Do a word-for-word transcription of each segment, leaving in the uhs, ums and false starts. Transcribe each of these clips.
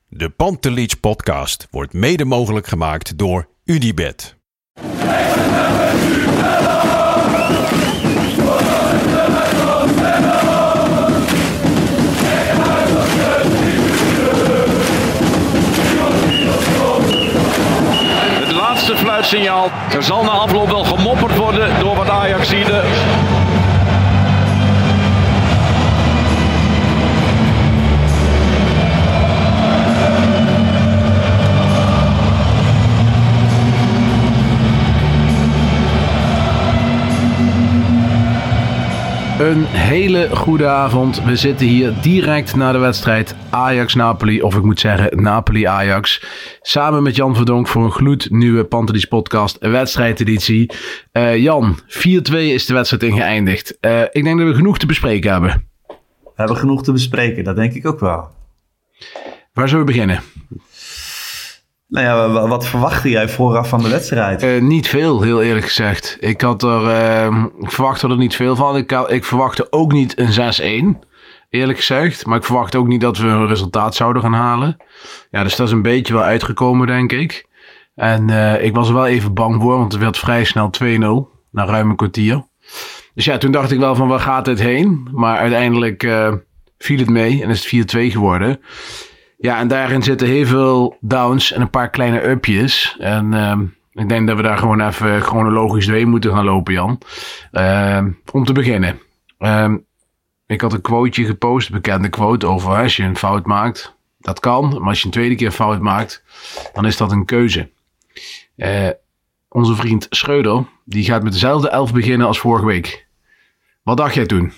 De Pantelich podcast wordt mede mogelijk gemaakt door Unibet. Het laatste fluitsignaal. Er zal na afloop wel gemopperd worden door wat Ajaxiden. Een hele goede avond. We zitten hier direct na de wedstrijd Ajax-Napoli, of ik moet zeggen Napoli-Ajax. Samen met Jan Verdonk voor een gloednieuwe Pantelich podcast wedstrijdeditie. Uh, Jan, vier twee is de wedstrijd in geëindigd. Uh, ik denk dat we genoeg te bespreken hebben. We hebben genoeg te bespreken, dat denk ik ook wel. Waar zullen we beginnen? Nou ja, wat verwachtte jij vooraf van de wedstrijd? Uh, niet veel, heel eerlijk gezegd. Ik had er, uh, ik verwachtte er niet veel van. Ik, ik verwachtte ook niet een zes-een, eerlijk gezegd. Maar ik verwachtte ook niet dat we een resultaat zouden gaan halen. Ja, dus dat is een beetje wel uitgekomen, denk ik. En uh, ik was er wel even bang voor, want het werd vrij snel twee nul. Na ruim een kwartier. Dus ja, toen dacht ik wel van, waar gaat dit heen? Maar uiteindelijk uh, viel het mee en is het vier twee geworden. Ja, en daarin zitten heel veel downs en een paar kleine upjes. En uh, ik denk dat we daar gewoon even chronologisch doorheen moeten gaan lopen, Jan. Uh, om te beginnen. Uh, ik had een quoteje gepost, een bekende quote over als je een fout maakt. Dat kan, maar als je een tweede keer een fout maakt, dan is dat een keuze. Uh, onze vriend Schreuder, die gaat met dezelfde elf beginnen als vorige week. Wat dacht jij toen?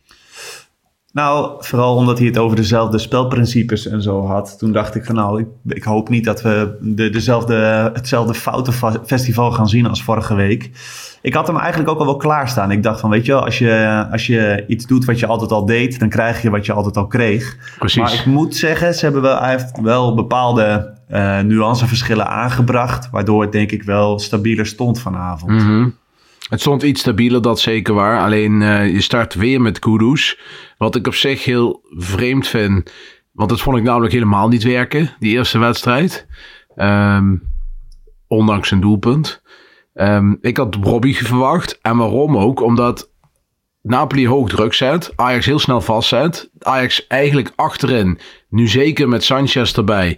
Nou, vooral omdat hij het over dezelfde spelprincipes en zo had. Toen dacht ik van nou, ik, ik hoop niet dat we de, dezelfde, hetzelfde foutenfestival gaan zien als vorige week. Ik had hem eigenlijk ook al wel klaarstaan. Ik dacht van weet je wel, als je, als je iets doet wat je altijd al deed, dan krijg je wat je altijd al kreeg. Precies. Maar ik moet zeggen, ze hebben wel, hij heeft wel bepaalde uh, nuanceverschillen aangebracht, waardoor het denk ik wel stabieler stond vanavond. Mm-hmm. Het stond iets stabieler, dat zeker waar. Alleen uh, je start weer met Kudus. Wat ik op zich heel vreemd vind. Want dat vond ik namelijk helemaal niet werken. Die eerste wedstrijd. Um, ondanks een doelpunt. Um, ik had Robbie verwacht. En waarom ook? Omdat Napoli hoog druk zet. Ajax heel snel vastzet. Ajax eigenlijk achterin. Nu zeker met Sanchez erbij.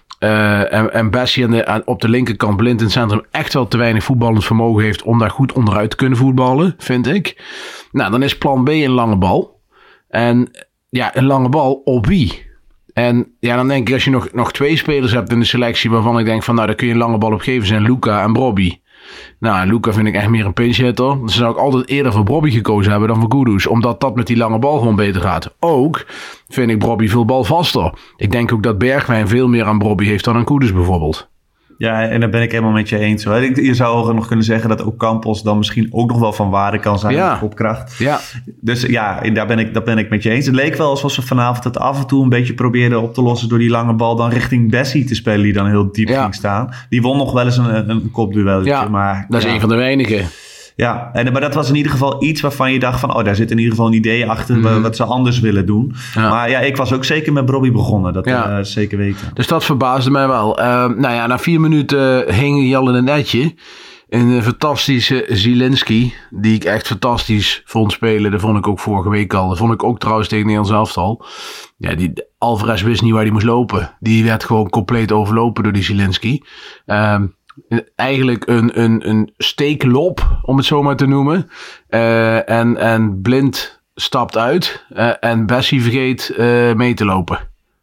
Uh, en, en Bessie aan de, aan, op de linkerkant, Blind in het centrum, echt wel te weinig voetballend vermogen heeft om daar goed onderuit te kunnen voetballen, vind ik. Nou, dan is plan B een lange bal. En ja, een lange bal op wie? En ja, dan denk ik, als je nog, nog twee spelers hebt in de selectie waarvan ik denk van, nou, daar kun je een lange bal op geven, zijn Luka en Brobby. Nou, Luka vind ik echt meer een pinch hitter. Dus zou ik altijd eerder voor Brobby gekozen hebben dan voor Kudus. Omdat dat met die lange bal gewoon beter gaat. Ook vind ik Brobby veel balvaster. Ik denk ook dat Bergwijn veel meer aan Brobby heeft dan aan Kudus bijvoorbeeld. Ja, en daar ben ik helemaal met je eens. Hoor. Je zou nog kunnen zeggen dat ook Campos dan misschien ook nog wel van waarde kan zijn ja. op kracht. Ja. Dus ja, daar ben, ik, daar ben ik met je eens. Het leek wel alsof we vanavond het af en toe een beetje probeerden op te lossen door die lange bal dan richting Bessie te spelen die dan heel diep ja. ging staan. Die won nog wel eens een, een kopduelletje. Ja, maar, dat is ja. een van de weinigen. Ja, en, maar dat was in ieder geval iets waarvan je dacht van, oh, daar zit in ieder geval een idee achter mm-hmm. wat ze anders willen doen. Ja. Maar ja, ik was ook zeker met Brobby begonnen, dat ja. uh, zeker weten. Dus dat verbaasde mij wel. Uh, nou ja, na vier minuten hing hij al in een netje. Een fantastische Zielinski, die ik echt fantastisch vond spelen. Dat vond ik ook vorige week al. Dat vond ik ook trouwens tegen Nederlands elftal. Ja, die, Alvarez wist niet waar hij moest lopen. Die werd gewoon compleet overlopen door die Zielinski. Uh, Eigenlijk een, een, een steeklop, om het zo maar te noemen. Uh, en, en Blind stapt uit. Uh, en Bessie vergeet uh, mee te lopen.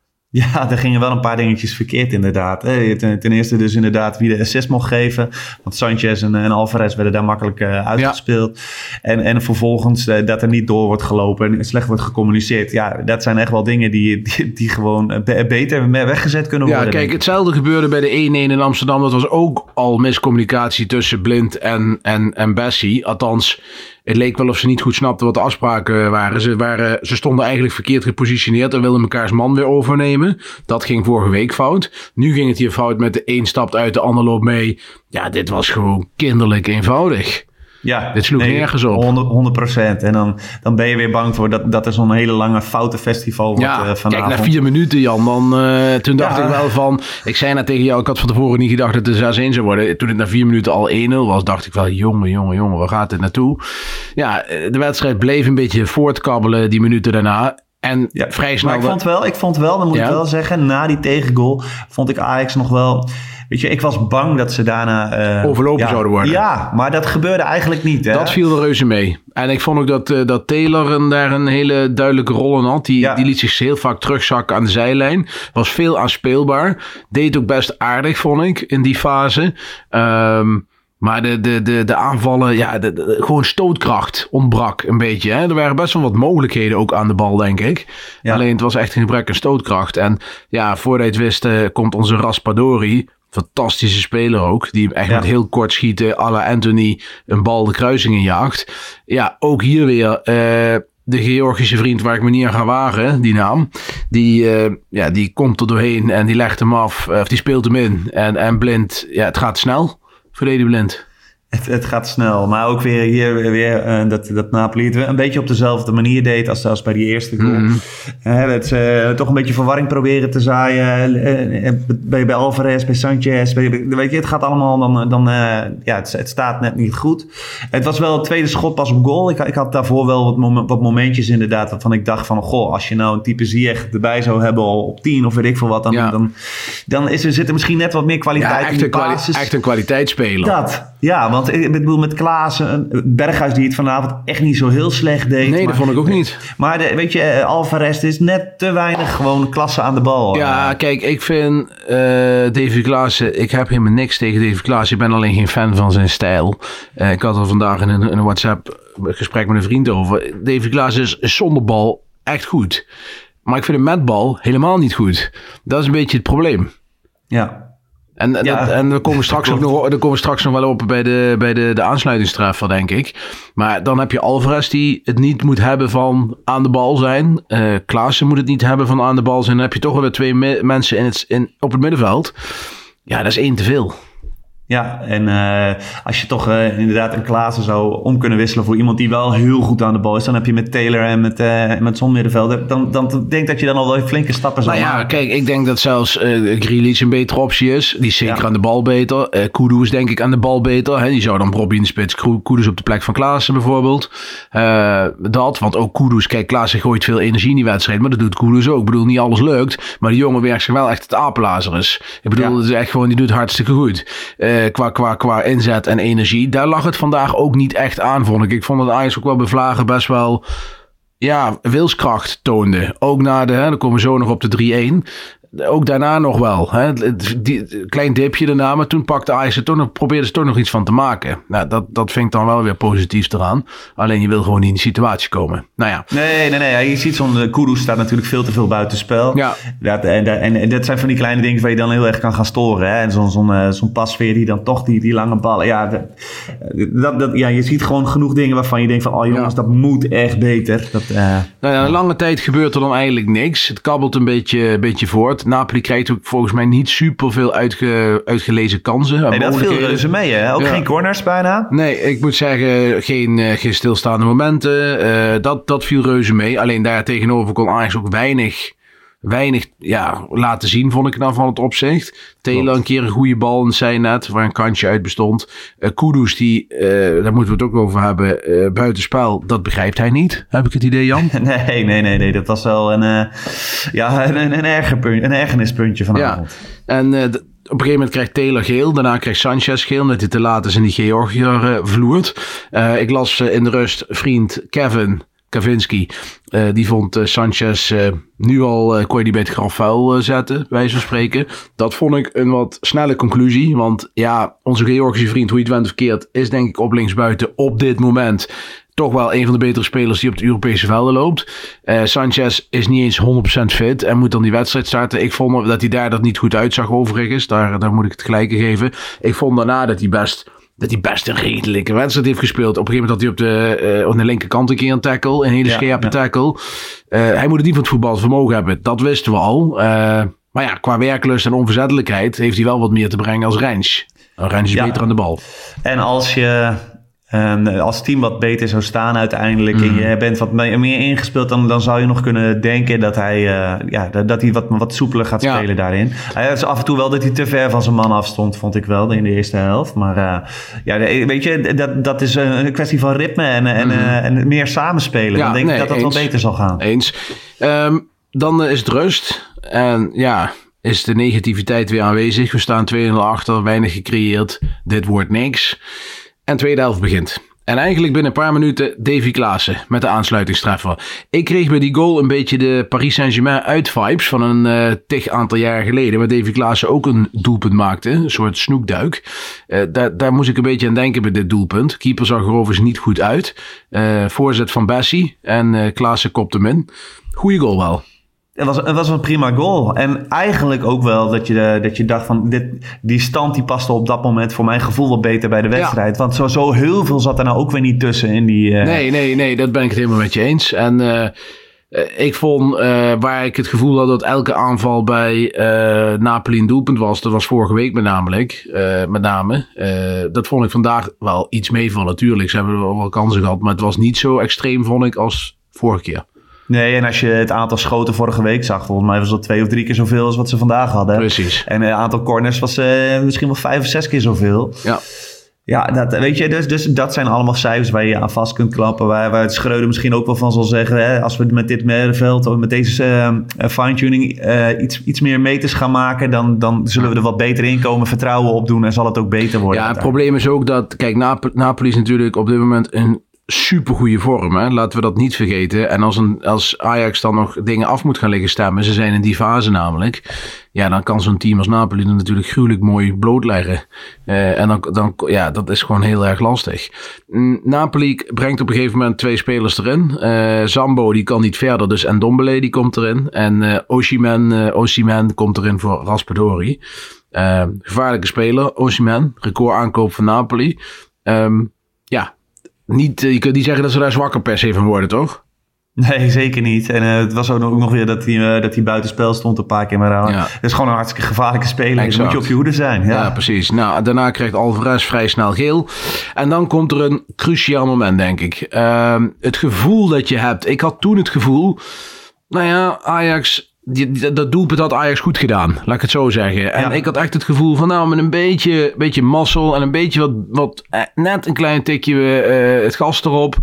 Ja, er gingen wel een paar dingetjes verkeerd inderdaad. Ten, ten eerste dus inderdaad wie de assist mocht geven. Want Sanchez en, en Alvarez werden daar makkelijk uh, uitgespeeld. Ja. En, en vervolgens uh, dat er niet door wordt gelopen en slecht wordt gecommuniceerd. Ja, dat zijn echt wel dingen die, die, die gewoon be- beter weggezet kunnen worden. Ja, kijk, hetzelfde gebeurde bij de een-een in Amsterdam. Dat was ook al miscommunicatie tussen Blind en, en, en Bessie. Althans, het leek wel of ze niet goed snapten wat de afspraken waren. Ze, waren, ze stonden eigenlijk verkeerd gepositioneerd en wilden mekaars man weer overnemen. Dat ging vorige week fout. Nu ging het hier fout met de een stapt uit, de ander loopt mee. Ja, dit was gewoon kinderlijk eenvoudig. Ja, Dit sloeg nee, nergens op. honderd procent. En dan, dan ben je weer bang voor dat, dat er zo'n hele lange foutenfestival wordt Ja, uh, vanavond. kijk, na vier minuten, Jan, dan, uh, toen dacht Ja. ik wel van... Ik zei net tegen jou, ik had van tevoren niet gedacht dat het zes-een zou worden. Toen het na vier minuten al één-nul was, dacht ik wel... Jongen, jongen, jongen, waar gaat dit naartoe? Ja, de wedstrijd bleef een beetje voortkabbelen die minuten daarna... En Ja, vrij snel... maar ik vond wel, ik vond wel, dan moet Ja. ik wel zeggen, na die tegengoal vond ik Ajax nog wel... Weet je, ik was bang dat ze daarna... Uh, Overlopen ja, zouden worden. Ja, maar dat gebeurde eigenlijk niet. Hè? Dat viel er reuze mee. En ik vond ook dat, uh, dat Taylor een, daar een hele duidelijke rol in had. Die, Ja. die liet zich heel vaak terugzakken aan de zijlijn. Was veel aanspeelbaar. Deed ook best aardig, vond ik, in die fase. Um, Maar de, de, de, de aanvallen, ja, de, de, gewoon stootkracht ontbrak een beetje. Hè? Er waren best wel wat mogelijkheden ook aan de bal, denk ik. Ja. Alleen het was echt een gebrek aan stootkracht. En ja, voordat je het wist, uh, komt onze Raspadori, fantastische speler ook, die echt Ja. met heel kort schieten, à la Anthony, een bal de kruising in jaagt. Ja, ook hier weer... Uh, de Georgische vriend waar ik me niet aan ga wagen, die naam, die, uh, ja, die komt er doorheen en die legt hem af, of die speelt hem in. En, en Blind, ja, het gaat snel. Verleden Blind. Het, het gaat snel, maar ook weer hier weer uh, dat, dat Napoli het een beetje op dezelfde manier deed als, als bij die eerste goal. Mm-hmm. Uh, het, uh, toch een beetje verwarring proberen te zaaien uh, uh, bij, bij Alvarez, bij Sanchez. Bij, weet je, het gaat allemaal dan, dan uh, ja, het, het staat net niet goed. Het was wel het tweede schot pas op goal. Ik, ik had daarvoor wel wat, mom- wat momentjes inderdaad waarvan ik dacht van, goh, als je nou een type Ziyech erbij zou hebben al op tien of weet ik veel wat, dan, Ja. dan, dan is er, zit er misschien net wat meer kwaliteit Ja, in echt die een, kwali- basis. echt een kwaliteitsspeler. Dat, ja, want ik bedoel met Klaassen, Berghuis die het vanavond echt niet zo heel slecht deed. Nee, dat maar, vond ik ook niet. Maar de, weet je, Alvarez is net te weinig gewoon klasse aan de bal. Ja, kijk, ik vind uh, Davy Klaassen, ik heb helemaal niks tegen Davy Klaassen. Ik ben alleen geen fan van zijn stijl. Uh, ik had er vandaag in een, in een WhatsApp gesprek met een vriend over. Davy Klaassen is, is zonder bal echt goed. Maar ik vind hem met bal helemaal niet goed. Dat is een beetje het probleem. Ja. En, Ja, dat, en we komen straks ook nog, daar komen we straks nog wel op bij de, bij de, de aansluitingstreffer, denk ik. Maar dan heb je Alvarez die het niet moet hebben van aan de bal zijn. Uh, Klaassen moet het niet hebben van aan de bal zijn. Dan heb je toch weer twee me- mensen in het, in, op het middenveld. Ja, dat is één te veel. Ja, en uh, als je toch uh, inderdaad een Klaassen zou om kunnen wisselen voor iemand die wel heel goed aan de bal is, dan heb je met Taylor en met, uh, met zo'n middenvelder, dan, dan denk ik dat je dan al wel flinke stappen zou Nou ja, maken. kijk, ik denk dat zelfs uh, Grealish een betere optie is. Die is zeker Ja. aan de bal beter. Uh, Kudus denk ik aan de bal beter. Hè? Die zou dan Robbie in de spits, Kudus op de plek van Klaassen bijvoorbeeld. Uh, dat, want ook Kudus, kijk, Klaassen gooit veel energie in die wedstrijd, maar dat doet Kudus ook. Ik bedoel, niet alles lukt, maar die jongen werkt zich wel echt het apenlazerus. Ik bedoel, Ja. het is echt gewoon, die doet hartstikke goed. Uh, qua, qua, qua inzet en energie. Daar lag het vandaag ook niet echt aan, vond ik. Ik vond dat Ajax ook wel bij Vlagen best wel, ja, wilskracht toonde. Ook na de, hè, dan komen we zo nog op de drie-een. Ook daarna nog wel. Hè. Die, klein dipje daarna, maar toen pakte Ajax er toch nog, probeerde ze toch nog iets van te maken. Nou, dat, dat vind ik dan wel weer positief eraan. Alleen je wil gewoon niet in die situatie komen. Nou ja. Nee, nee, nee. Je ziet zo'n uh, Kudus staat natuurlijk veel te veel buitenspel. Ja. Dat, en, en, en dat zijn van die kleine dingen waar je dan heel erg kan gaan storen. Hè? En zo'n zo'n, uh, zo'n pasveer die dan toch die, die lange ballen. Ja, dat, dat, dat, ja, je ziet gewoon genoeg dingen waarvan je denkt van, oh jongens, Ja. dat moet echt beter. Dat, uh, Nou ja, een lange tijd gebeurt er dan eigenlijk niks. Het kabbelt een beetje, beetje voort. Napoli krijgt ook volgens mij niet super veel uitge, uitgelezen kansen. nee, dat viel reuze mee, hè? Ook Ja. geen corners bijna. Nee, ik moet zeggen, geen, uh, geen stilstaande momenten. Uh, dat, dat viel reuze mee. Alleen daar tegenover kon Ajax ook weinig, weinig ja, laten zien, vond ik dan van het opzicht. Taylor Klopt. een keer een goede bal in zijn net, waar een kantje uit bestond. Uh, Kudus, die, uh, daar moeten we het ook over hebben, uh, buitenspel, dat begrijpt hij niet. Heb ik het idee, Jan? Nee, nee, nee, nee. Dat was wel een, uh, ja, een, een, erger punt, een ergernispuntje vanavond. Ja, en uh, d- op een gegeven moment krijgt Taylor geel. Daarna krijgt Sanchez geel, omdat hij te laat is en die Georgiër uh, vloert. Uh, ik las uh, in de rust vriend Kevin Kavinski. Uh, die vond uh, Sanchez uh, nu al, uh, kon je die bij het graf vuil uh, zetten, wijze van spreken. Dat vond ik een wat snelle conclusie. Want ja, onze Georgische vriend, hoe je het went of keert, is denk ik op linksbuiten op dit moment toch wel een van de betere spelers die op de Europese velden loopt. Uh, Sanchez is niet eens honderd procent fit en moet dan die wedstrijd starten. Ik vond dat hij daar dat niet goed uitzag overigens. Daar, daar moet ik het gelijke geven. Ik vond daarna dat hij best... dat hij best een redelijke wedstrijd heeft gespeeld. Op een gegeven moment had hij op de, uh, op de linkerkant een keer een tackle. Een hele Ja, scherpe ja. tackle. Uh, hij moet het niet van het voetbalvermogen hebben. Dat wisten we al. Uh, maar ja, qua werklust en onverzettelijkheid heeft hij wel wat meer te brengen als Rens. Rens is Ja. beter aan de bal. En als je En als team wat beter zou staan uiteindelijk mm. en je bent wat meer ingespeeld, dan, dan zou je nog kunnen denken dat hij, uh, ja, dat, dat hij wat, wat soepeler gaat ja. spelen daarin. Hij is af en toe wel dat hij te ver van zijn man afstond, vond ik wel, in de eerste helft. Maar uh, ja, weet je, dat, dat is een kwestie van ritme en, en, mm. uh, en meer samenspelen. Ja, dan denk nee, ik dat dat eens. wel beter zal gaan. Eens. Um, dan is het rust. En ja, is de negativiteit weer aanwezig. We staan twee nul achter, weinig gecreëerd. Dit wordt niks. En de tweede helft begint. En eigenlijk binnen een paar minuten Davy Klaassen met de aansluitingstreffer. Ik kreeg bij die goal een beetje de Paris Saint-Germain uit-vibes van een uh, tig aantal jaar geleden. Waar Davy Klaassen ook een doelpunt maakte. Een soort snoekduik. Uh, daar, daar moest ik een beetje aan denken bij dit doelpunt. Keeper zag er overigens niet goed uit. Uh, voorzet van Bessie. En uh, Klaassen kopt hem in. Goeie goal wel. Het was, het was een prima goal. En eigenlijk ook wel dat je, dat je dacht van... Dit, die stand die paste op dat moment voor mijn gevoel wat beter bij de wedstrijd. Ja. Want zo, zo heel veel zat er nou ook weer niet tussen in die... Uh... Nee, nee, nee. Dat ben ik het helemaal met je eens. En uh, ik vond uh, waar ik het gevoel had dat elke aanval bij uh, Napoli een doelpunt was. Dat was vorige week met, namelijk, uh, met name. Uh, dat vond ik vandaag wel iets meevallen. Natuurlijk, ze hebben wel kansen gehad. Maar het was niet zo extreem, vond ik, als vorige keer. Nee, en als je het aantal schoten vorige week zag, volgens mij was dat twee of drie keer zoveel als wat ze vandaag hadden. Precies. En het aantal corners was uh, misschien wel vijf of zes keer zoveel. Ja. Ja, dat, weet je, dus, dus dat zijn allemaal cijfers waar je aan vast kunt klappen. Waar, waar het Schreuder misschien ook wel van zal zeggen. Hè, als we met dit middenveld of met deze uh, fine-tuning uh, iets, iets meer meters gaan maken. Dan, dan zullen we er wat beter in komen, vertrouwen opdoen en zal het ook beter worden. Ja, het probleem is ook dat, kijk, Nap- Napoli is natuurlijk op dit moment een supergoeie vorm, hè? Laten we dat niet vergeten. En als, een, als Ajax dan nog dingen af moet gaan liggen stemmen, ze zijn in die fase namelijk, ja, dan kan zo'n team als Napoli dan natuurlijk gruwelijk mooi blootleggen. Uh, en dan, dan, ja, dat is gewoon heel erg lastig. Napoli brengt op een gegeven moment twee spelers erin. Uh, Zambo, die kan niet verder, dus Ndombele, die komt erin. En uh, Osimhen, uh, Osimhen komt erin voor Raspadori. Uh, gevaarlijke speler, Osimhen, record aankoop van Napoli. Um, ja, Niet, je kunt niet zeggen dat ze daar zwakker per se van worden, toch? Nee, zeker niet. En uh, het was ook nog weer dat hij, uh, dat hij buitenspel stond een paar keer. Maar uh, ja. Het is gewoon een hartstikke gevaarlijke speler. Dan moet je op je hoede zijn. Ja, ja precies. Nou, daarna krijgt Alvarez vrij snel geel. En dan komt er een cruciaal moment, denk ik. Uh, het gevoel dat je hebt. Ik had toen het gevoel, nou ja, Ajax... Die, die, dat doelpunt had Ajax goed gedaan, laat ik het zo zeggen. En ja. ik had echt het gevoel van, nou, met een beetje, beetje mazzel en een beetje wat, wat eh, net een klein tikje uh, het gas erop.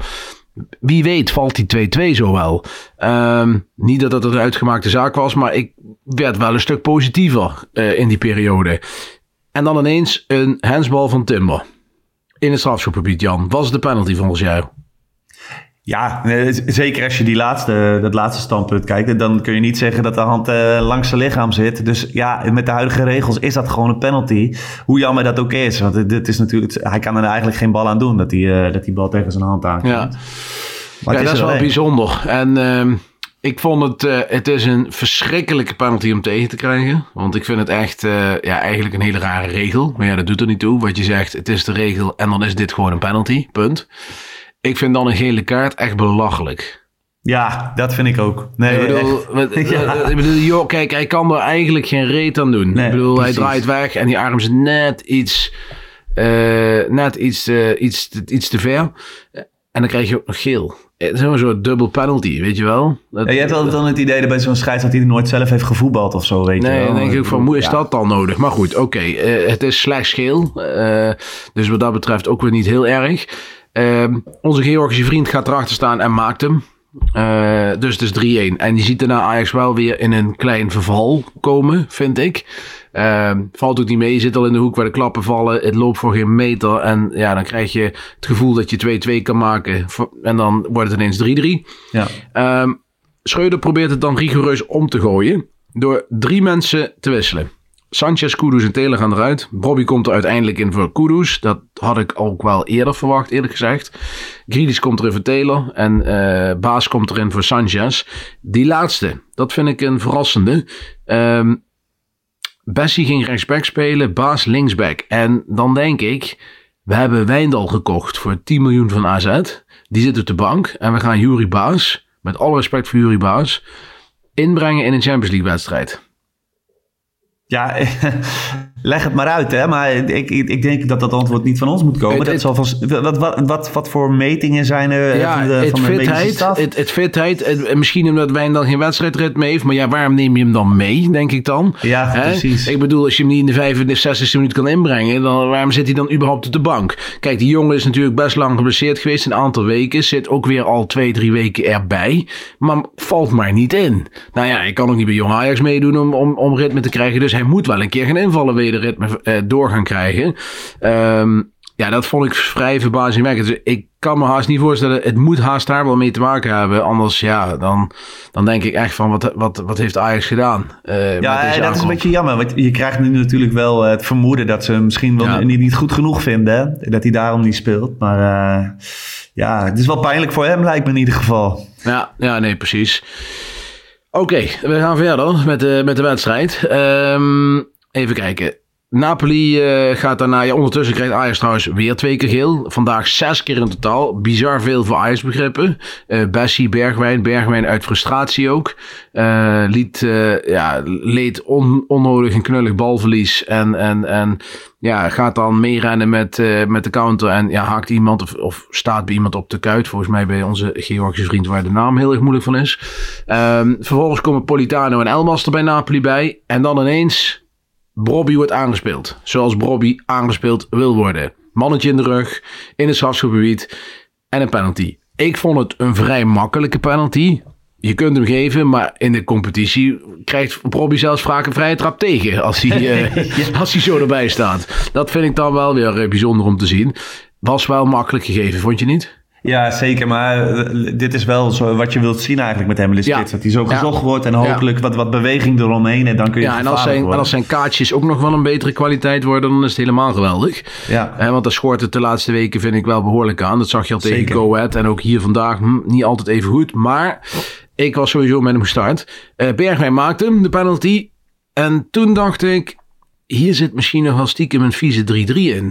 Wie weet valt die twee-twee zo wel. Um, niet dat het een uitgemaakte zaak was, maar ik werd wel een stuk positiever uh, in die periode. En dan ineens een handsbal van Timber. In het strafschopgebied, Jan. Was het de penalty volgens jou? Ja, zeker als je die laatste, dat laatste standpunt kijkt, dan kun je niet zeggen dat de hand uh, langs zijn lichaam zit. Dus ja, met de huidige regels is dat gewoon een penalty. Hoe jammer dat ook is, want dit is natuurlijk, hij kan er eigenlijk geen bal aan doen dat die, uh, dat die bal tegen zijn hand aankomt. Ja, maar ja, dat is wel echt bijzonder. En uh, ik vond het, uh, het is een verschrikkelijke penalty om tegen te krijgen. Want ik vind het echt, uh, ja, eigenlijk een hele rare regel. Maar ja, dat doet er niet toe. Wat je zegt, het is de regel en dan is dit gewoon een penalty, punt. Ik vind dan een gele kaart echt belachelijk. Ja, dat vind ik ook. Nee, ik bedoel, met, ja. ik bedoel joh, kijk, hij kan er eigenlijk geen reet aan doen. Nee, ik bedoel, precies. Hij draait weg en die arm is net iets, uh, net iets, uh, iets, iets te ver. En dan krijg je ook nog geel. Het is een soort dubbel penalty, weet je wel. Dat, ja, je hebt wel dan het idee dat bij zo'n scheids dat hij nooit zelf heeft gevoetbald of zo, weet nee, je wel. Nee, dan denk ik van, is ja. dat dan nodig? Maar goed, oké. Okay, uh, het is slechts geel. Uh, dus wat dat betreft ook weer niet heel erg. Uh, onze Georgische vriend gaat erachter staan en maakt hem. Uh, dus het is drie-een. En je ziet daarna Ajax wel weer in een klein verval komen, vind ik. Uh, valt ook niet mee. Je zit al in de hoek waar de klappen vallen. Het loopt voor geen meter. En ja, dan krijg je het gevoel dat je twee-twee kan maken. En dan wordt het ineens drie-drie. Ja. Uh, Schreuder probeert het dan rigoureus om te gooien. Door drie mensen te wisselen. Sanchez, Kudus en Taylor gaan eruit. Bobby komt er uiteindelijk in voor Kudus. Dat had ik ook wel eerder verwacht, eerlijk gezegd. Grealish komt erin voor Taylor. En uh, Baas komt erin voor Sanchez. Die laatste, dat vind ik een verrassende. Um, Bessie ging rechtsback spelen, Baas linksback. En dan denk ik, we hebben Wijndal gekocht voor tien miljoen van A Z. Die zit op de bank. En we gaan Yuri Baas, met alle respect voor Yuri Baas, inbrengen in een Champions League wedstrijd. Ja, Leg het maar uit, hè. Maar ik, ik, ik denk dat dat antwoord niet van ons moet komen. Het, dat het, zal van, wat, wat, wat, wat voor metingen zijn er ja, van de, het van de fitheid, medische staf? Het, het fitheid, het, misschien omdat Wijn dan geen wedstrijdritme heeft. Maar ja, waarom neem je hem dan mee, denk ik dan? Ja, Hè? precies. Ik bedoel, als je hem niet in de vijfenzestigste minuut kan inbrengen, dan waarom zit hij dan überhaupt op de bank? Kijk, die jongen is natuurlijk best lang geblesseerd geweest, een aantal weken. Zit ook weer al twee, drie weken erbij. Maar valt maar niet in. Nou ja, ik kan ook niet bij Jong Ajax meedoen om, om, om ritme te krijgen. Dus hij moet wel een keer gaan invallen, weer de ritme uh, door gaan krijgen. Um, ja, dat vond ik vrij verbazingwekkend. Dus ik kan me haast niet voorstellen, het moet haast daar wel mee te maken hebben. Anders, ja, dan, dan denk ik echt van, wat, wat, wat heeft Ajax gedaan? Uh, ja, met deze dat aankoop. is een beetje jammer. Want je krijgt nu natuurlijk wel het vermoeden dat ze hem misschien wel ja. niet, niet goed genoeg vinden. Hè? Dat hij daarom niet speelt. Maar uh, ja, het is wel pijnlijk voor hem, lijkt me in ieder geval. Ja, ja nee, precies. Oké, okay, we gaan verder met de, met de wedstrijd. Um, even kijken. Napoli uh, gaat daarna... Ja, ondertussen krijgt Ajax trouwens weer twee keer geel. Vandaag zes keer in totaal. Bizar veel voor Ajax begrippen. Uh, Bessie, Bergwijn. Bergwijn uit frustratie ook. Uh, liet, uh, ja, leed on, onnodig een knullig balverlies. En, en, en ja, gaat dan meerennen met, uh, met de counter. En ja, haakt iemand of, of staat bij iemand op de kuit. Volgens mij bij onze Georgische vriend waar de naam heel erg moeilijk van is. Um, vervolgens komen Politano en Elmas er bij Napoli bij. En dan ineens... Brobby wordt aangespeeld. Zoals Brobby aangespeeld wil worden. Mannetje in de rug, in het strafschopgebied en een penalty. Ik vond het een vrij makkelijke penalty. Je kunt hem geven, maar in de competitie krijgt Brobby zelfs vaak een vrije trap tegen. Als hij, uh, ja. als hij zo erbij staat. Dat vind ik dan wel weer uh, bijzonder om te zien. Was wel makkelijk gegeven, vond je niet? Ja, zeker. Maar uh, dit is wel zo wat je wilt zien eigenlijk met Emily Spits. Ja. Dat hij zo gezocht ja. wordt en hopelijk ja. wat, wat beweging eromheen. En dan kun je ja, en als, zijn, en als zijn kaartjes ook nog van een betere kwaliteit worden, dan is het helemaal geweldig. Ja. Eh, want daar schort het de laatste weken vind ik wel behoorlijk aan. Dat zag je al tegen zeker. Go Ahead. En ook hier vandaag hm, niet altijd even goed. Maar ik was sowieso met hem gestart. Uh, Bergwijn maakte hem, de penalty. En toen dacht ik, hier zit misschien nog wel stiekem een vieze drie drie in.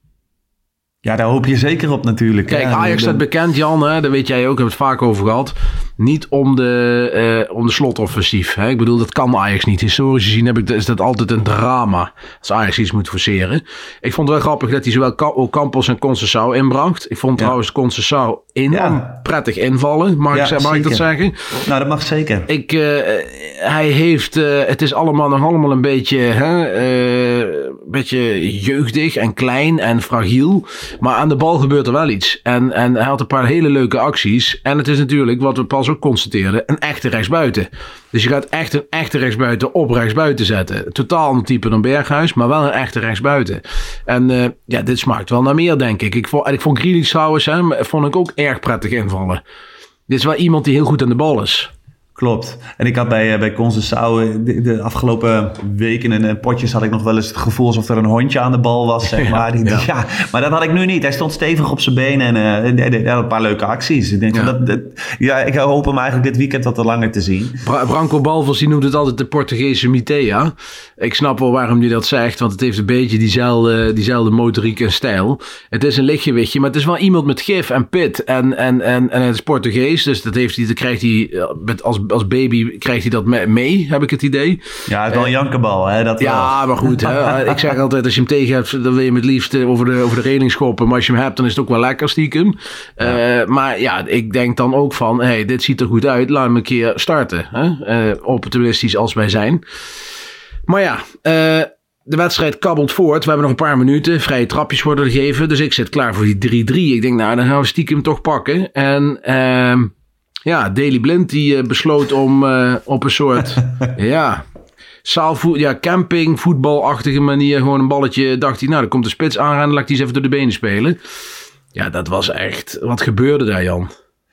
Ja, daar hoop je zeker op natuurlijk. Kijk, Ajax staat bekend, Jan, hè, daar weet jij ook, hebben we het vaak over gehad. Niet om de, uh, om de slotoffensief. Hè. Ik bedoel, dat kan Ajax niet. Historisch gezien heb ik, is dat altijd een drama als Ajax iets moet forceren. Ik vond het wel grappig dat hij zowel Ocampos en Conceição inbracht. Ik vond ja. trouwens Conceição enorm ja. prettig invallen, mag, ja, ik, mag ik dat zeggen? Nou, dat mag zeker. Ik, uh, hij heeft, uh, het is allemaal nog allemaal een beetje, hè, uh, een beetje jeugdig en klein en fragiel. Maar aan de bal gebeurt er wel iets. En, en hij had een paar hele leuke acties. En het is natuurlijk, wat we pas ook constateerden, een echte rechtsbuiten. Dus je gaat echt een echte rechtsbuiten op rechtsbuiten zetten. Totaal een type dan Berghuis, maar wel een echte rechtsbuiten. En uh, ja, dit smaakt wel naar meer, denk ik. Ik vond, en ik vond Grealish trouwens, hè, vond ik ook erg prettig invallen. Dit is wel iemand die heel goed aan de bal is. Klopt. En ik had bij, bij Conceição de, de afgelopen weken en, en potjes had ik nog wel eens het gevoel alsof er een hondje aan de bal was, zeg maar. Die, ja. ja, maar dat had ik nu niet. Hij stond stevig op zijn benen en uh, hij had een paar leuke acties. Ik denk ja. dat, dat, ja, ik hoop hem eigenlijk dit weekend wat langer te zien. Bra- Branco Balvos, die noemt het altijd de Portugese Mitea. Ik snap wel waarom hij dat zegt, want het heeft een beetje diezelfde, diezelfde motoriek en stijl. Het is een lichtgewichtje, maar het is wel iemand met gif en pit. En, en, en, en het is Portugees, dus dat, heeft hij, dat krijgt hij met als Als baby krijgt hij dat mee, heb ik het idee. Ja, het is wel een jankenbal, hè? Dat ja, wel. Maar goed. Hè? Ik zeg altijd, als je hem tegen hebt, dan wil je hem het liefst over de, over de reling schoppen. Maar als je hem hebt, dan is het ook wel lekker stiekem. Ja. Uh, maar ja, ik denk dan ook van, hey, dit ziet er goed uit. Laat hem een keer starten. Hè? Uh, opportunistisch als wij zijn. Maar ja, uh, de wedstrijd kabbelt voort. We hebben nog een paar minuten. Vrije trapjes worden gegeven. Dus ik zit klaar voor die drie drie. Ik denk, nou, dan gaan we stiekem toch pakken. En... Uh, Ja, Daley Blind die uh, besloot om uh, op een soort ja, zaalvoet, ja, camping, voetbalachtige manier gewoon een balletje. Dacht hij, nou, dan komt de spits aanrennen, laat ik die eens even door de benen spelen. Ja, dat was echt, wat gebeurde daar, Jan?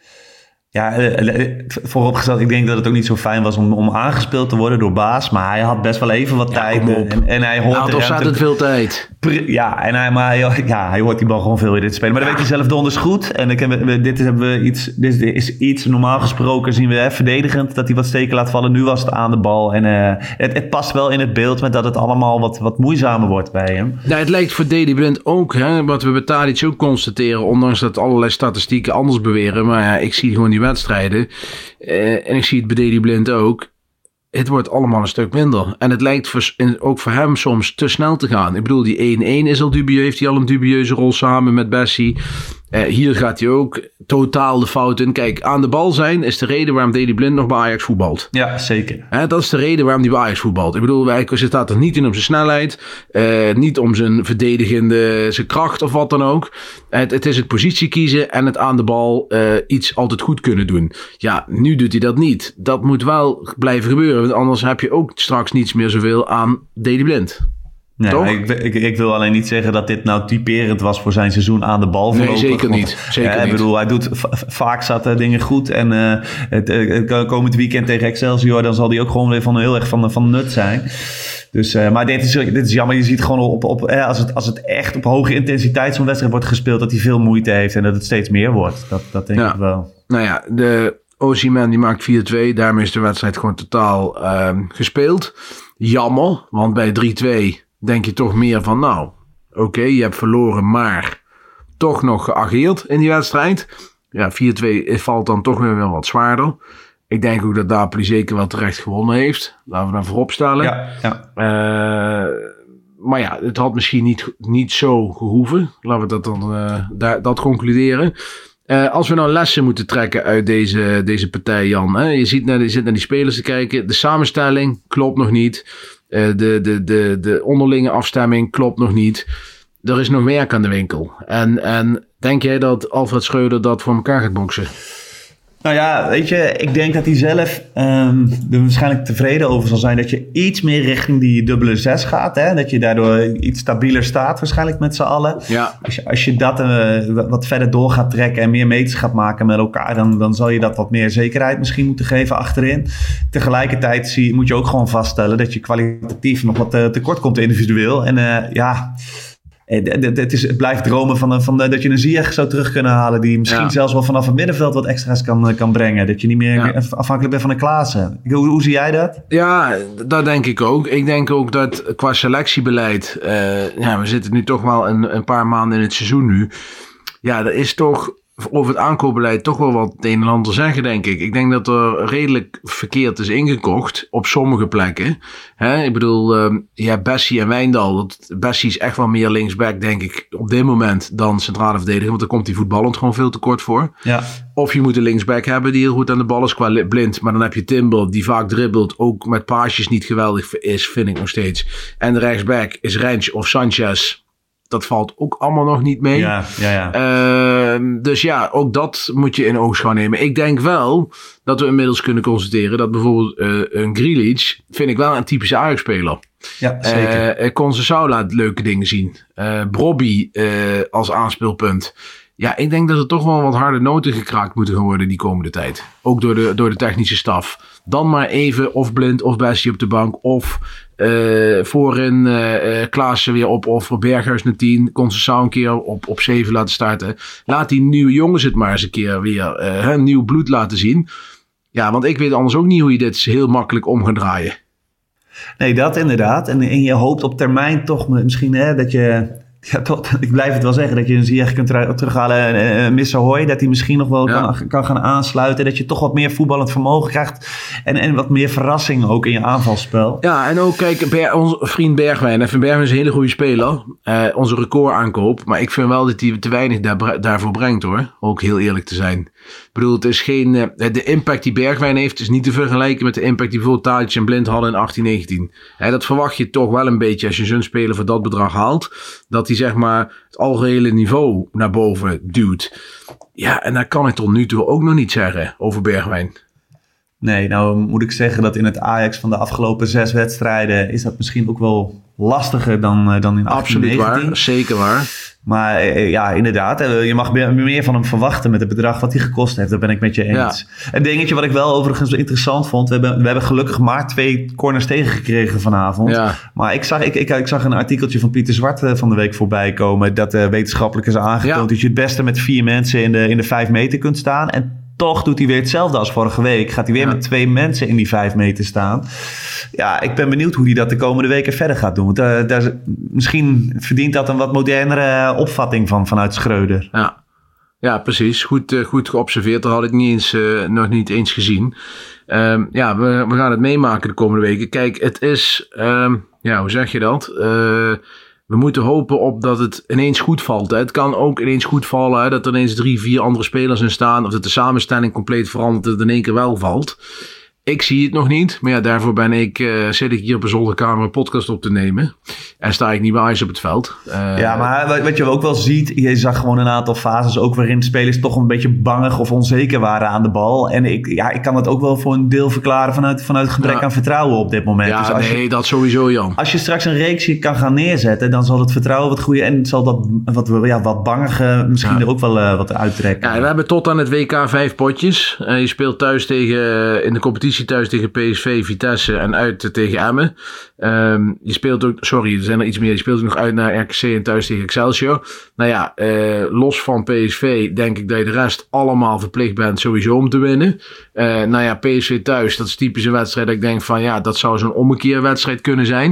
Ja, vooropgesteld, ik denk dat het ook niet zo fijn was om, om aangespeeld te worden door Baas. Maar hij had best wel even wat ja, tijd. En, en hij hoort... Hij had ontzettend veel tijd. Ja, en hij, maar ja, hij hoort die bal gewoon veel in dit spelen. Maar dan ja. weet hij zelf donders goed. En ik heb, dit, hebben we iets, dit is iets, normaal gesproken zien we hè, verdedigend dat hij wat steken laat vallen. Nu was het aan de bal. En uh, het, het past wel in het beeld met dat het allemaal wat, wat moeizamer wordt bij hem. Nou, het lijkt voor Daley Blind ook, hè, wat we bij Tadic ook constateren. Ondanks dat allerlei statistieken anders beweren. Maar ja, ik zie gewoon die wedstrijden. Uh, en ik zie het bij Daley Blind ook. het wordt allemaal een stuk minder. En het lijkt voor, ook voor hem soms te snel te gaan. Ik bedoel, die één-één is al dubieus, heeft hij al een dubieuze rol samen met Bessie. Uh, hier gaat hij ook totaal de fout in. Kijk, aan de bal zijn is de reden waarom Daley Blind nog bij Ajax voetbalt. Ja, zeker. Uh, dat is de reden waarom hij bij Ajax voetbalt. Ik bedoel, hij staat er niet in om zijn snelheid. Uh, niet om zijn verdedigende, zijn kracht of wat dan ook. Uh, het, het is het positie kiezen en het aan de bal uh, iets altijd goed kunnen doen. Ja, nu doet hij dat niet. Dat moet wel blijven gebeuren. Want anders heb je ook straks niets meer zoveel aan Daley Blind. Nee, ik, ik, ik wil alleen niet zeggen dat dit nou typerend was voor zijn seizoen aan de bal. Nee, zeker niet. Zeker ja, ik niet. bedoel, hij doet v- vaak zaten dingen goed. En uh, het, het komend weekend tegen Excelsior, dan zal hij ook gewoon weer van heel erg van, van nut zijn. Dus, uh, maar dit is, dit is jammer. Je ziet gewoon op, op eh, als, het, als het echt op hoge intensiteit zo'n wedstrijd wordt gespeeld, dat hij veel moeite heeft en dat het steeds meer wordt. Dat, dat denk ja. ik wel. Nou ja, de Osimhen die maakt vier twee. Daarmee is de wedstrijd gewoon totaal uh, gespeeld. Jammer, want bij drie twee denk je toch meer van, nou, oké, okay, je hebt verloren, maar toch nog geageerd in die wedstrijd. Ja, vier twee valt dan toch weer wel wat zwaarder. Ik denk ook dat Napoli zeker wel terecht gewonnen heeft. Laten we dat voorop stellen. Ja, ja. Uh, maar ja, het had misschien niet, niet zo gehoeven. Laten we dat dan uh, daar, dat concluderen. Uh, als we nou lessen moeten trekken uit deze, deze partij, Jan. Hè? Je, ziet naar, je zit naar die spelers te kijken. De samenstelling klopt nog niet. Uh, de, de, de, de onderlinge afstemming klopt nog niet. Er is nog werk aan de winkel. En, en denk jij dat Alfred Schreuder dat voor elkaar gaat boksen? Nou ja, weet je, ik denk dat hij zelf um, er waarschijnlijk tevreden over zal zijn dat je iets meer richting die dubbele zes gaat. Hè? Dat je daardoor iets stabieler staat waarschijnlijk met z'n allen. Ja. Als je, als je dat uh, wat verder door gaat trekken en meer meters gaat maken met elkaar, dan, dan zal je dat wat meer zekerheid misschien moeten geven achterin. Tegelijkertijd zie, moet je ook gewoon vaststellen dat je kwalitatief nog wat uh, tekort komt individueel. En uh, ja... Het, is, het blijft dromen van, van de, dat je een Ziyech zou terug kunnen halen. Die misschien ja. zelfs wel vanaf het middenveld wat extra's kan, kan brengen. Dat je niet meer ja. afhankelijk bent van de Klaassen. Hoe, hoe zie jij dat? Ja, dat denk ik ook. Ik denk ook dat qua selectiebeleid... Uh, ja, we zitten nu toch wel een, een paar maanden in het seizoen nu. Ja, er is toch... over het aankoopbeleid toch wel wat het een en ander te zeggen, denk ik. Ik denk dat er redelijk verkeerd is ingekocht op sommige plekken. Hè? Ik bedoel, um, je hebt Bessie en Wijndal. Bessie is echt wel meer linksback, denk ik, op dit moment dan centrale verdediger. Want daar komt hij voetballend gewoon veel te kort voor. Ja. Of je moet een linksback hebben die heel goed aan de bal is qua Blind. Maar dan heb je Timber, die vaak dribbelt. Ook met paasjes niet geweldig is, vind ik nog steeds. En de rechtsback is Rensch of Sanchez. Dat valt ook allemaal nog niet mee. Ja, ja, ja. Uh, dus ja, ook dat moet je in oogschouw nemen. Ik denk wel dat we inmiddels kunnen constateren dat bijvoorbeeld uh, een Grealish, vind ik wel een typische Ajax-speler. Ja, zeker. Uh, Conceição laat leuke dingen zien. Uh, Brobby uh, als aanspeelpunt. Ja, ik denk dat er toch wel wat harde noten gekraakt moeten gaan worden die komende tijd. Ook door de, door de technische staf. Dan maar even of Blind of Bessie op de bank. Of uh, voorin uh, uh, Klaassen weer op. Of Berghuis naar tien. Conceição een keer op, op zeven laten starten. Laat die nieuwe jongens het maar eens een keer weer uh, nieuw bloed laten zien. Ja, want ik weet anders ook niet hoe je dit heel makkelijk om gaat draaien. Nee, dat inderdaad. En, en je hoopt op termijn toch misschien hè, dat je... Ja, toch, ik blijf het wel zeggen dat je een Ziyech kunt terughalen en uh, Missahoy, dat hij misschien nog wel ja. kan, kan gaan aansluiten. Dat je toch wat meer voetballend vermogen krijgt en, en wat meer verrassing ook in je aanvalsspel. Ja, en ook kijk, Ber, onze vriend Bergwijn. Even Bergwijn is een hele goede speler. Uh, onze record aankoop. Maar ik vind wel dat hij te weinig daar, daarvoor brengt hoor. Ook heel eerlijk te zijn. Ik bedoel, het is geen, uh, de impact die Bergwijn heeft is niet te vergelijken met de impact die bijvoorbeeld Tadic en Blind hadden in achttien negentien. He, dat verwacht je toch wel een beetje als je zo'n speler voor dat bedrag haalt. Dat hij zeg maar het algehele niveau naar boven duwt. Ja, en dat kan ik tot nu toe ook nog niet zeggen over Bergwijn. Nee, nou moet ik zeggen dat in het Ajax van de afgelopen zes wedstrijden is dat misschien ook wel lastiger dan, dan in achttien negentien. Absoluut waar, zeker waar. Maar ja, inderdaad, je mag meer van hem verwachten met het bedrag wat hij gekost heeft. Daar ben ik met je eens. Ja. Een dingetje wat ik wel overigens interessant vond. We hebben, we hebben gelukkig maar twee corners tegengekregen vanavond. Ja. Maar ik zag, ik, ik, ik zag een artikeltje van Pieter Zwart van de week voorbij komen. Dat de wetenschappelijk is aangetoond ja. dat je het beste met vier mensen in de, in de vijf meter kunt staan. En toch doet hij weer hetzelfde als vorige week. Gaat hij weer ja. met twee mensen in die vijf meter staan. Ja, ik ben benieuwd hoe hij dat de komende weken verder gaat doen. Want uh, daar, misschien verdient dat een wat modernere opvatting van, vanuit Schreuder. Ja. Ja, precies. Goed, uh, goed geobserveerd. Dat had ik niet eens, uh, nog niet eens gezien. Um, ja, we, we gaan het meemaken de komende weken. Kijk, het is... Um, ja, hoe zeg je dat? Uh, we moeten hopen op dat het ineens goed valt. Hè. Het kan ook ineens goed vallen. Hè, dat er ineens drie, vier andere spelers in staan. Of dat de samenstelling compleet verandert. Dat het in één keer wel valt. Ik zie het nog niet. Maar ja, daarvoor ben ik, uh, zit ik hier op een zolderkamer een podcast op te nemen. En sta ik niet bij Ajax op het veld. Uh, ja, maar wat je ook wel ziet. Je zag gewoon een aantal fases ook waarin de spelers toch een beetje bangig of onzeker waren aan de bal. En ik, ja, ik kan dat ook wel voor een deel verklaren vanuit, vanuit gebrek ja. aan vertrouwen op dit moment. Ja, dus als nee, je, dat sowieso, Jan. Als je straks een reeksje kan gaan neerzetten, dan zal het vertrouwen wat groeien. En zal dat wat, ja, wat bangige misschien ja. er ook wel uh, wat uittrekken. Ja, we hebben tot aan het W K vijf potjes. Uh, je speelt thuis tegen, uh, in de competitie thuis tegen P S V, Vitesse en uit uh, tegen Emmen. Um, je speelt ook, sorry, er zijn er iets meer. Je speelt ook nog uit naar R K C en thuis tegen Excelsior. Nou ja, uh, los van P S V denk ik dat je de rest allemaal verplicht bent sowieso om te winnen. Uh, nou ja, P S V thuis, dat is typisch een wedstrijd dat ik denk van ja, dat zou zo'n ommekeerwedstrijd kunnen zijn.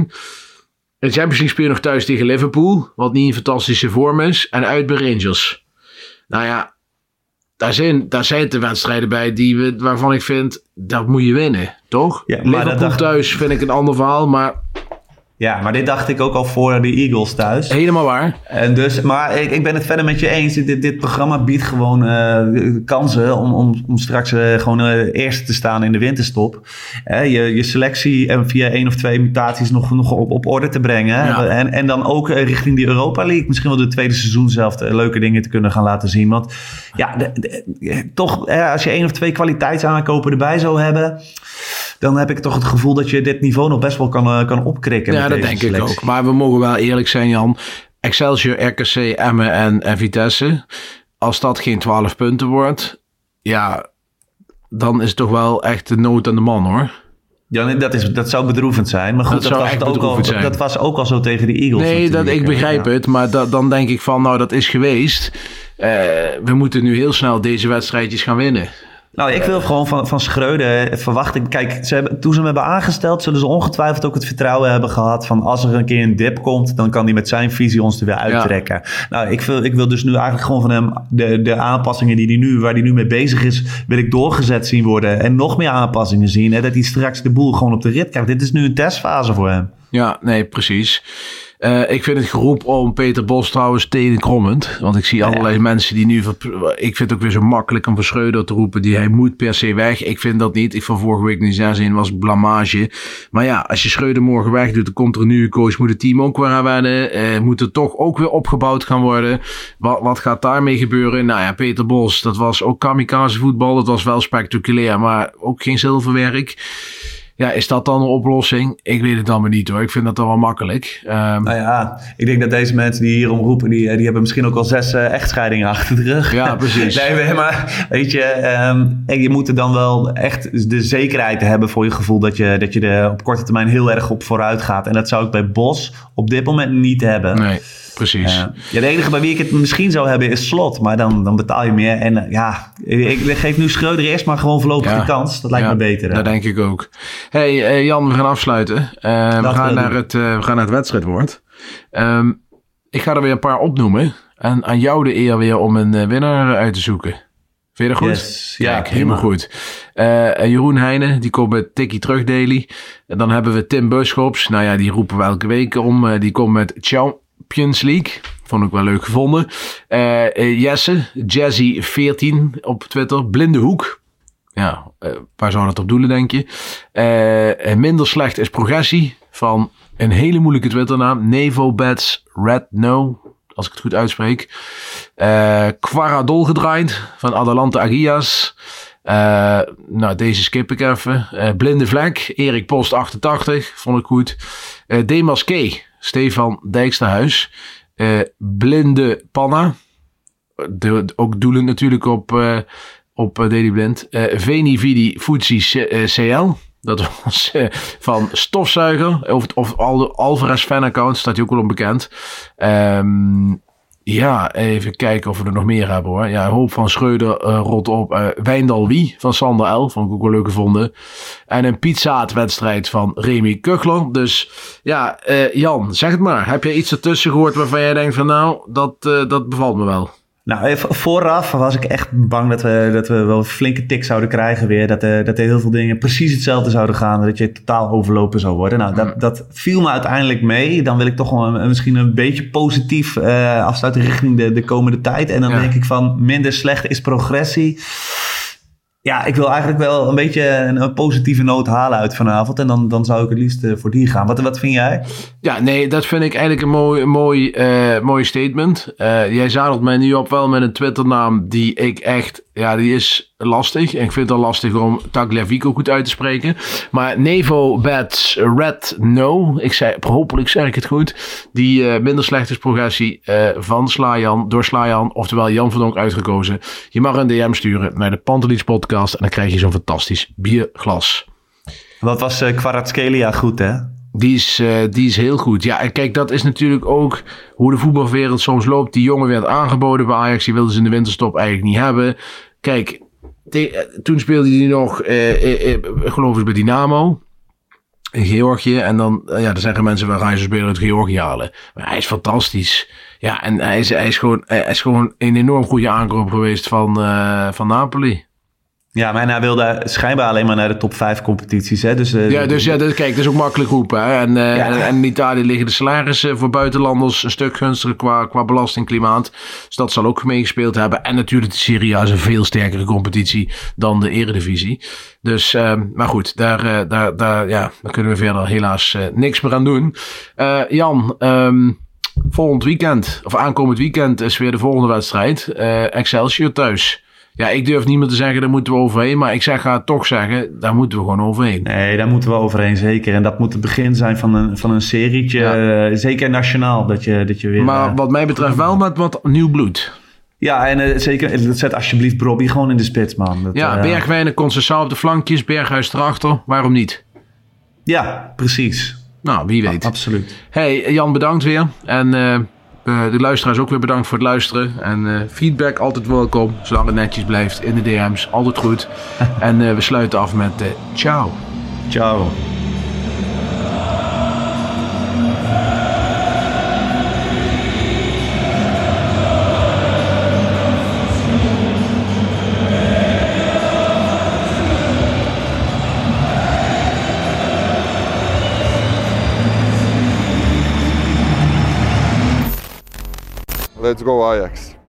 In de Champions League speel je nog thuis tegen Liverpool, wat niet een fantastische vorm is. En uit bij Rangers. Nou ja, daar zijn, daar zijn de wedstrijden bij die we, waarvan ik vind, dat moet je winnen, toch? Ja, Liverpool dacht... thuis vind ik een ander verhaal, maar... Ja, maar dit dacht ik ook al voor de Eagles thuis. Helemaal waar. En dus, maar ik, ik ben het verder met je eens. Dit, dit programma biedt gewoon uh, kansen om, om, om straks uh, gewoon uh, eerste te staan in de winterstop. Uh, je, je selectie en via één of twee mutaties nog, nog op, op orde te brengen. Ja. En, en dan ook uh, richting die Europa League. Misschien wel de tweede seizoen zelf uh, leuke dingen te kunnen gaan laten zien. Want ja, de, de, toch, uh, als je één of twee kwaliteitsaankopen erbij zou hebben, dan heb ik toch het gevoel dat je dit niveau nog best wel kan, uh, kan opkrikken. Ja, dat denk selectie. ik ook. Maar we mogen wel eerlijk zijn, Jan. Excelsior, R K C, Emmen en, en Vitesse. Als dat geen twaalf punten wordt, ja, dan is het toch wel echt de nood aan de man, hoor. Ja, dat, is, dat zou bedroevend zijn. Maar goed, dat, dat, was, het ook al, dat was ook al zo tegen de Eagles. Nee, dat, ik begrijp ja. het. Maar da, dan denk ik van, nou, dat is geweest. Uh, we moeten nu heel snel deze wedstrijdjes gaan winnen. Nou, ik wil gewoon van, van Schreuder verwachten. Kijk, ze hebben, toen ze hem hebben aangesteld, zullen ze ongetwijfeld ook het vertrouwen hebben gehad van als er een keer een dip komt, dan kan hij met zijn visie ons er weer uittrekken. Ja. Nou, ik wil, ik wil dus nu eigenlijk gewoon van hem de, de aanpassingen die hij nu, waar hij nu mee bezig is, wil ik doorgezet zien worden. En nog meer aanpassingen zien. Hè, dat hij straks de boel gewoon op de rit krijgt. Dit is nu een testfase voor hem. Ja, nee, precies. Uh, ik vind het geroep om Peter Bos trouwens tenenkrommend. Want ik zie allerlei ja. mensen die nu... Ik vind het ook weer zo makkelijk om voor Schreuder te roepen. Die hij moet per se weg. Ik vind dat niet. Ik van vorige week niet zijn was blamage. Maar ja, als je Schreuder morgen weg doet, dan komt er een nieuwe coach. Moet het team ook weer aan wennen. Uh, moet het toch ook weer opgebouwd gaan worden. Wat, wat gaat daarmee gebeuren? Nou ja, Peter Bos, dat was ook kamikaze voetbal. Dat was wel spectaculair, maar ook geen zilverwerk. Ja, is dat dan een oplossing? Ik weet het dan maar niet, hoor. Ik vind dat dan wel makkelijk. Um, nou ja, ik denk dat deze mensen die hierom roepen, die, die hebben misschien ook al zes uh, echtscheidingen achter de rug. Ja, precies. Nee, maar weet je, um, en je moet er dan wel echt de zekerheid hebben voor je gevoel dat je, dat je er op korte termijn heel erg op vooruit gaat. En dat zou ik bij Bos op dit moment niet hebben. Nee. Precies. Uh, ja, de enige bij wie ik het misschien zou hebben is Slot. Maar dan, dan betaal je meer. En uh, ja, ik, ik geef nu Schreuder eerst maar gewoon voorlopig ja, de kans. Dat lijkt ja, me beter. Hè? Dat denk ik ook. Hey uh, Jan, we gaan afsluiten. Uh, we, gaan naar het, uh, we gaan naar het wedstrijdwoord. Um, ik ga er weer een paar opnoemen. En aan jou de eer weer om een uh, winnaar uit te zoeken. Vind je dat goed? Yes, ja, Kijk, helemaal goed. Uh, Jeroen Heijnen, die komt met Tikkie terug daily. En dan hebben we Tim Buschops. Nou ja, die roepen we elke week om. Uh, die komt met Champions League. Vond ik wel leuk gevonden. Uh, uh, Jesse, Jazzy veertien op Twitter. Blinde Hoek. Ja, uh, waar zou dat op doelen, denk je? Uh, minder slecht is progressie. Van een hele moeilijke Twitternaam. Nevo Bets Red No. Als ik het goed uitspreek. Uh, Quaradol gedraaid. Van Adelante Agias. Uh, nou, deze skip ik even. Uh, Blinde Vlek. Erik Post achtentachtig. Vond ik goed. Uh, Demasqué. Stefan Dijksterhuis. Uh, Blinde Panna. De, ook doelend natuurlijk op, uh, op uh, Daily Blind. Uh, Veni Vidi Futsi C L. Dat was uh, van Stofzuiger. Of, of Al- Alvarez fan-account. Staat hij ook wel onbekend. Um, ja, even kijken of we er nog meer hebben, hoor. Ja, Hoop van Schreuder uh, rot op. Uh, Wijndal Wie van Sander L. Vond ik ook wel leuk gevonden. En een pizzaatwedstrijd van Remy Kuchler. Dus ja, uh, Jan, zeg het maar. Heb jij iets ertussen gehoord waarvan jij denkt van nou, dat, uh, dat bevalt me wel? Nou, vooraf was ik echt bang dat we, dat we wel een flinke tik zouden krijgen weer. Dat er, dat er heel veel dingen precies hetzelfde zouden gaan. Dat je totaal overlopen zou worden. Nou, dat, dat viel me uiteindelijk mee. Dan wil ik toch wel een, misschien een beetje positief uh, afsluiten richting de, de komende tijd. En dan ja. denk ik van minder slecht is progressie. Ja, ik wil eigenlijk wel een beetje een, een positieve noot halen uit vanavond. En dan, dan zou ik het liefst uh, voor die gaan. Wat, wat vind jij? Ja, nee, dat vind ik eigenlijk een mooi, mooi, uh, mooi statement. Uh, jij zadelt mij nu op wel met een Twitternaam die ik echt... Ja, die is lastig. En ik vind het al lastig om Tagliafico goed uit te spreken. Maar Nevo Bats Red No. Ik zei, hopelijk zeg ik het goed. Die uh, minder slecht is progressie uh, van Slajan, door Slajan, oftewel Jan van Donk uitgekozen. Je mag een D M sturen naar de Pantelis podcast en dan krijg je zo'n fantastisch bierglas. Wat was uh, Kvaratskhelia goed, hè? Die is, uh, die is heel goed. Ja, en kijk, dat is natuurlijk ook hoe de voetbalwereld soms loopt. Die jongen werd aangeboden bij Ajax. Die wilden ze in de winterstop eigenlijk niet hebben. Kijk, te, toen speelde hij nog, uh, uh, uh, geloof ik, bij Dynamo in Georgië. En dan, uh, ja, dan zeggen mensen, waar ga je zo'n speler uit Georgië halen? Maar hij is fantastisch. Ja, en hij is, hij is, gewoon, hij is gewoon een enorm goede aankoop geweest van, uh, van Napoli. Ja, maar hij wilde schijnbaar alleen maar naar de top vijf competities. Hè? Dus, uh, ja, dus ja, dus, kijk, dat is ook makkelijk roepen. Hè? En, uh, ja. en, en in Italië liggen de salarissen voor buitenlanders een stuk gunstiger qua, qua belastingklimaat. Dus dat zal ook meegespeeld hebben. En natuurlijk de Serie A is een veel sterkere competitie dan de Eredivisie. Dus, uh, maar goed, daar, uh, daar, daar, ja, daar kunnen we verder helaas uh, niks meer aan doen. Uh, Jan, um, volgend weekend, of aankomend weekend is weer de volgende wedstrijd. Uh, Excelsior thuis. Ja, ik durf niet meer te zeggen, daar moeten we overheen. Maar ik zeg, ga het toch zeggen, daar moeten we gewoon overheen. Nee, daar moeten we overheen, zeker. En dat moet het begin zijn van een, van een serietje. Ja. Uh, zeker nationaal, dat je, dat je weer... Maar uh, wat mij betreft wel met wat nieuw bloed. Ja, en uh, zeker, zet alsjeblieft Bobby gewoon in de spits, man. Dat, ja, uh, Bergwijn en Conceição op de flankjes, Berghuis erachter. Waarom niet? Ja, precies. Nou, wie weet. Ja, absoluut. Hey, Jan, bedankt weer. En... Uh, Uh, de luisteraars ook weer bedankt voor het luisteren. En uh, feedback altijd welkom. Zolang het netjes blijft in de D M's. Altijd goed. En uh, we sluiten af met uh, ciao. Ciao. Let's go Ajax.